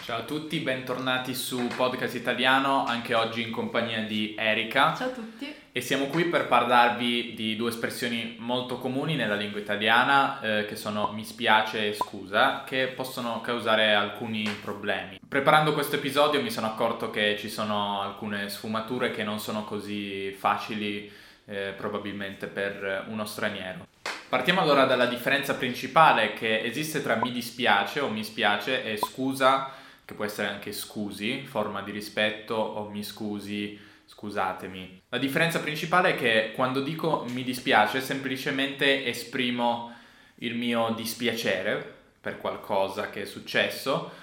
Ciao a tutti, bentornati su Podcast Italiano, anche oggi in compagnia di Erika. Ciao a tutti. E siamo qui per parlarvi di due espressioni molto comuni nella lingua italiana, che sono mi spiace e scusa, che possono causare alcuni problemi. Preparando questo episodio mi sono accorto che ci sono alcune sfumature che non sono così facili, probabilmente per uno straniero. Partiamo allora dalla differenza principale che esiste tra mi dispiace o mi spiace e scusa, che può essere anche scusi, forma di rispetto, o mi scusi, scusatemi. La differenza principale è che quando dico mi dispiace semplicemente esprimo il mio dispiacere per qualcosa che è successo,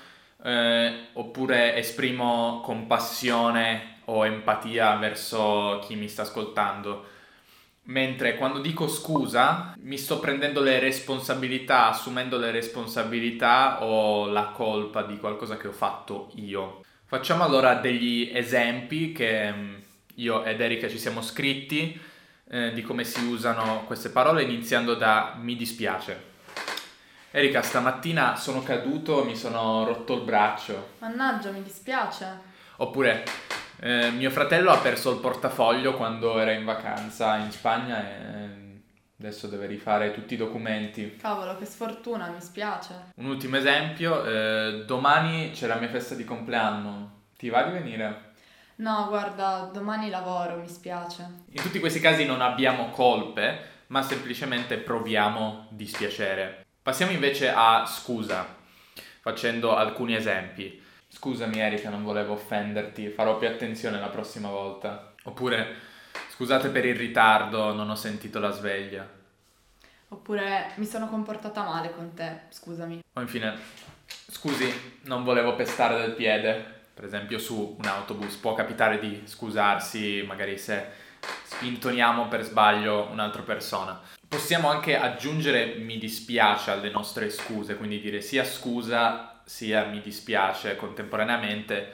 oppure esprimo compassione o empatia verso chi mi sta ascoltando. Mentre quando dico scusa mi sto prendendo le responsabilità, assumendo le responsabilità o la colpa di qualcosa che ho fatto io. Facciamo allora degli esempi che io ed Erika ci siamo scritti di come si usano queste parole, iniziando da mi dispiace. Erika, stamattina sono caduto, mi sono rotto il braccio. Mannaggia, mi dispiace. Oppure mio fratello ha perso il portafoglio quando era in vacanza in Spagna e adesso deve rifare tutti i documenti. Cavolo, che sfortuna, mi spiace. Un ultimo esempio, domani c'è la mia festa di compleanno, ti va di venire? No, guarda, domani lavoro, mi spiace. In tutti questi casi non abbiamo colpe, ma semplicemente proviamo dispiacere. Passiamo invece a scusa, facendo alcuni esempi. Scusami Erika, non volevo offenderti, farò più attenzione la prossima volta. Oppure, scusate per il ritardo, non ho sentito la sveglia. Oppure mi sono comportata male con te, scusami. O infine, scusi, non volevo pestare del piede. Per esempio su un autobus può capitare di scusarsi, magari se spintoniamo per sbaglio un'altra persona. Possiamo anche aggiungere mi dispiace alle nostre scuse, quindi dire sia scusa sia mi dispiace contemporaneamente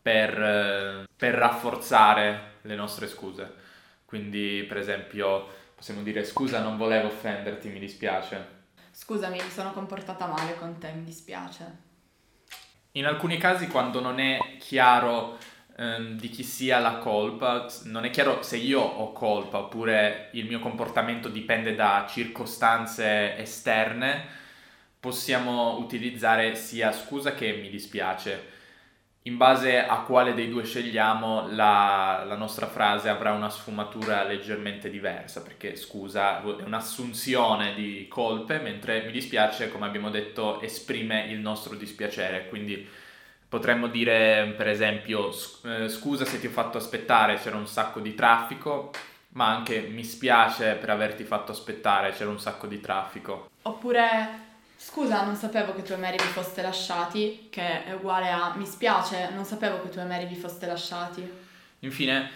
per rafforzare le nostre scuse. Quindi per esempio possiamo dire scusa, non volevo offenderti, mi dispiace. Scusami, mi sono comportata male con te, mi dispiace. In alcuni casi quando non è chiaro di chi sia la colpa, non è chiaro se io ho colpa oppure il mio comportamento dipende da circostanze esterne, possiamo utilizzare sia scusa che mi dispiace. In base a quale dei due scegliamo, la nostra frase avrà una sfumatura leggermente diversa, perché scusa è un'assunzione di colpe, mentre mi dispiace, come abbiamo detto, esprime il nostro dispiacere. Quindi potremmo dire, per esempio, scusa se ti ho fatto aspettare, c'era un sacco di traffico, ma anche mi spiace per averti fatto aspettare, c'era un sacco di traffico. Oppure, scusa, non sapevo che tu e Mary vi foste lasciati, che è uguale a mi spiace, non sapevo che tu e Mary vi foste lasciati. Infine,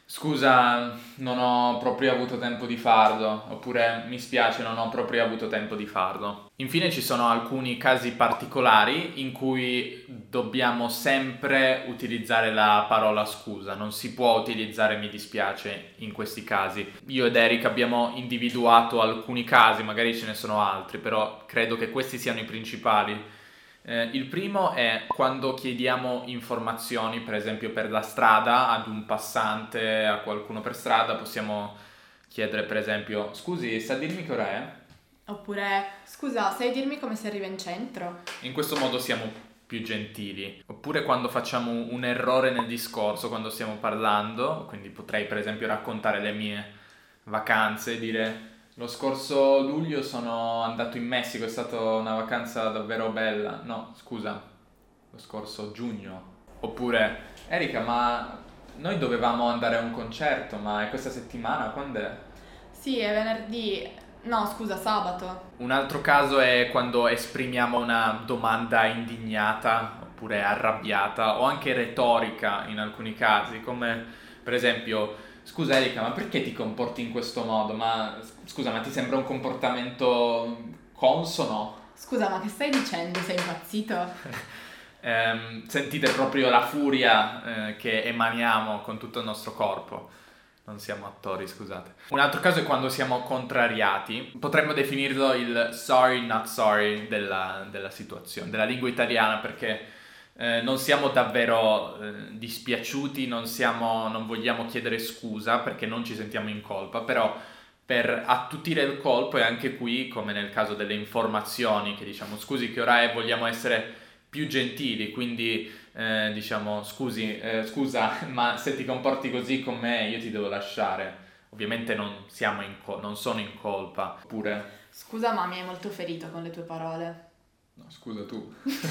scusa, non ho proprio avuto tempo di farlo, oppure mi spiace, non ho proprio avuto tempo di farlo. Infine ci sono alcuni casi particolari in cui dobbiamo sempre utilizzare la parola scusa, non si può utilizzare mi dispiace in questi casi. Io ed Eric abbiamo individuato alcuni casi, magari ce ne sono altri, però credo che questi siano i principali. Il primo è quando chiediamo informazioni, per esempio per la strada, ad un passante, a qualcuno per strada, possiamo chiedere per esempio scusi, sa dirmi che ora è? Oppure, scusa, sai dirmi come si arriva in centro? In questo modo siamo più gentili. Oppure quando facciamo un errore nel discorso, quando stiamo parlando, quindi potrei per esempio raccontare le mie vacanze e dire lo scorso luglio sono andato in Messico, è stata una vacanza davvero bella. No, scusa, lo scorso giugno. Oppure, Erika, ma noi dovevamo andare a un concerto, ma è questa settimana? Quando è? Sì, è venerdì. No, scusa, sabato. Un altro caso è quando esprimiamo una domanda indignata oppure arrabbiata o anche retorica in alcuni casi, come per esempio scusa Erika, ma perché ti comporti in questo modo? Ma scusa, ma ti sembra un comportamento consono? Scusa, ma che stai dicendo? Sei impazzito? Sentite proprio la furia che emaniamo con tutto il nostro corpo. Non siamo attori, scusate. Un altro caso è quando siamo contrariati. Potremmo definirlo il sorry not sorry della situazione, della lingua italiana, perché Non siamo davvero dispiaciuti, non vogliamo chiedere scusa perché non ci sentiamo in colpa, però per attutire il colpo, e anche qui, come nel caso delle informazioni, che diciamo scusi che ora è, vogliamo essere più gentili, quindi diciamo scusa, ma se ti comporti così con me io ti devo lasciare. Ovviamente non sono in colpa. Oppure, Scusa, ma mi hai molto ferito con le tue parole. no, scusa tu.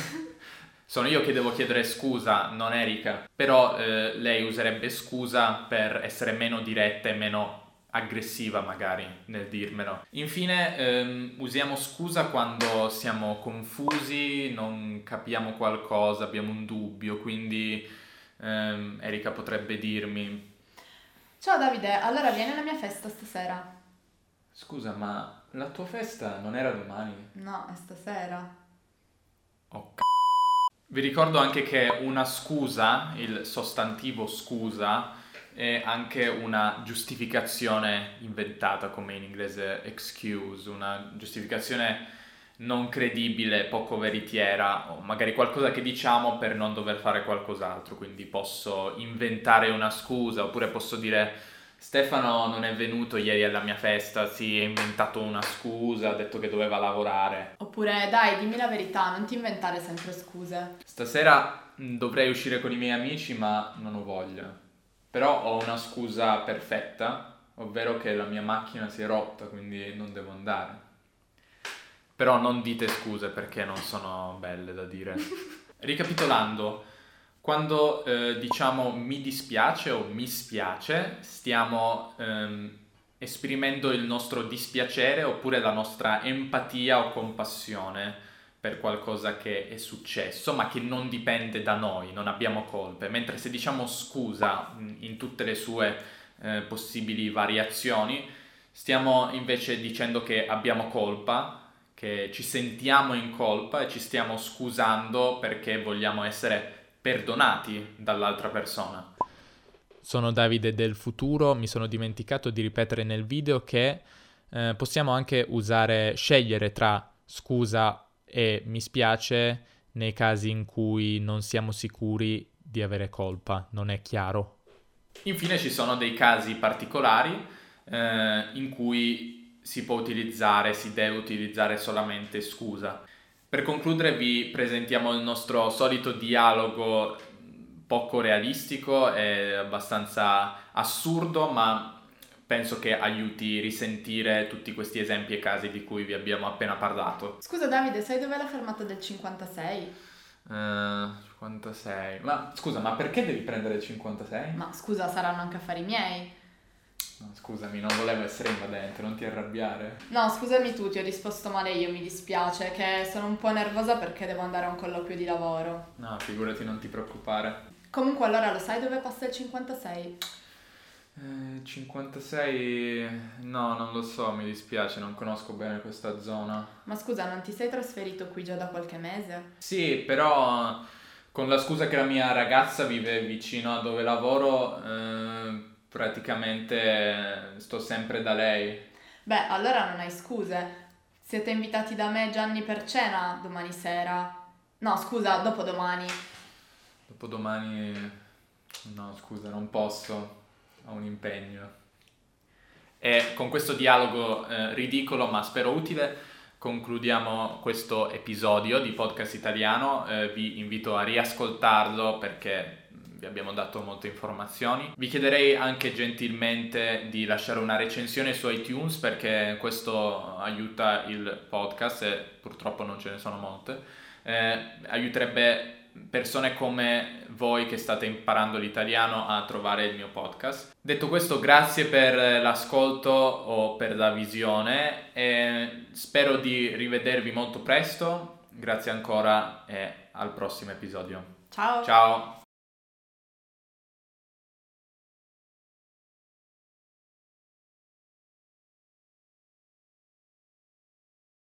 Sono io che devo chiedere scusa, non Erika. Però lei userebbe scusa per essere meno diretta e meno aggressiva magari nel dirmelo. Infine, usiamo scusa quando siamo confusi, non capiamo qualcosa, abbiamo un dubbio, quindi Erika potrebbe dirmi: Ciao Davide, allora vieni alla mia festa stasera. scusa, ma la tua festa non era domani? No, è stasera. Oh, Vi ricordo anche che una scusa, il sostantivo scusa, è anche una giustificazione inventata, come in inglese excuse, una giustificazione non credibile, poco veritiera, o magari qualcosa che diciamo per non dover fare qualcos'altro. Quindi posso inventare una scusa, oppure posso dire: Stefano non è venuto ieri alla mia festa, si è inventato una scusa, ha detto che doveva lavorare. Oppure dai, dimmi la verità, non ti inventare sempre scuse. Stasera dovrei uscire con i miei amici, ma non ho voglia. Però ho una scusa perfetta, ovvero che la mia macchina si è rotta, quindi non devo andare. Però non dite scuse perché non sono belle da dire. Ricapitolando, quando diciamo mi dispiace o mi spiace, stiamo esprimendo il nostro dispiacere oppure la nostra empatia o compassione per qualcosa che è successo, ma che non dipende da noi, non abbiamo colpe. Mentre se diciamo scusa in tutte le sue possibili variazioni, stiamo invece dicendo che abbiamo colpa, che ci sentiamo in colpa e ci stiamo scusando perché vogliamo essere perdonati dall'altra persona. Sono Davide del futuro, mi sono dimenticato di ripetere nel video che possiamo anche scegliere tra scusa e mi spiace nei casi in cui non siamo sicuri di avere colpa, non è chiaro. Infine ci sono dei casi particolari in cui si deve utilizzare solamente scusa. Per concludere vi presentiamo il nostro solito dialogo poco realistico e abbastanza assurdo, ma penso che aiuti a risentire tutti questi esempi e casi di cui vi abbiamo appena parlato. Scusa Davide, sai dov'è la fermata del 56? 56. Ma scusa, ma perché devi prendere il 56? Ma scusa, saranno anche affari miei. No, scusami, non volevo essere invadente, non ti arrabbiare. No, scusami tu, ti ho risposto male io, mi dispiace, che sono un po' nervosa perché devo andare a un colloquio di lavoro. No, figurati, non ti preoccupare. Comunque allora lo sai dove passa il 56? 56... No, non lo so, mi dispiace, non conosco bene questa zona. Ma scusa, non ti sei trasferito qui già da qualche mese? Sì, però con la scusa che la mia ragazza vive vicino a dove lavoro, praticamente sto sempre da lei. Beh, allora non hai scuse. Siete invitati da me e Gianni per cena domani sera? No, scusa, dopodomani. Dopodomani... No, scusa, non posso. Ho un impegno. E con questo dialogo ridicolo ma spero utile concludiamo questo episodio di Podcast Italiano. Vi invito a riascoltarlo perché vi abbiamo dato molte informazioni. Vi chiederei anche gentilmente di lasciare una recensione su iTunes perché questo aiuta il podcast e purtroppo non ce ne sono molte. Aiuterebbe persone come voi che state imparando l'italiano a trovare il mio podcast. Detto questo, grazie per l'ascolto o per la visione e spero di rivedervi molto presto. Grazie ancora e al prossimo episodio. Ciao! Ciao!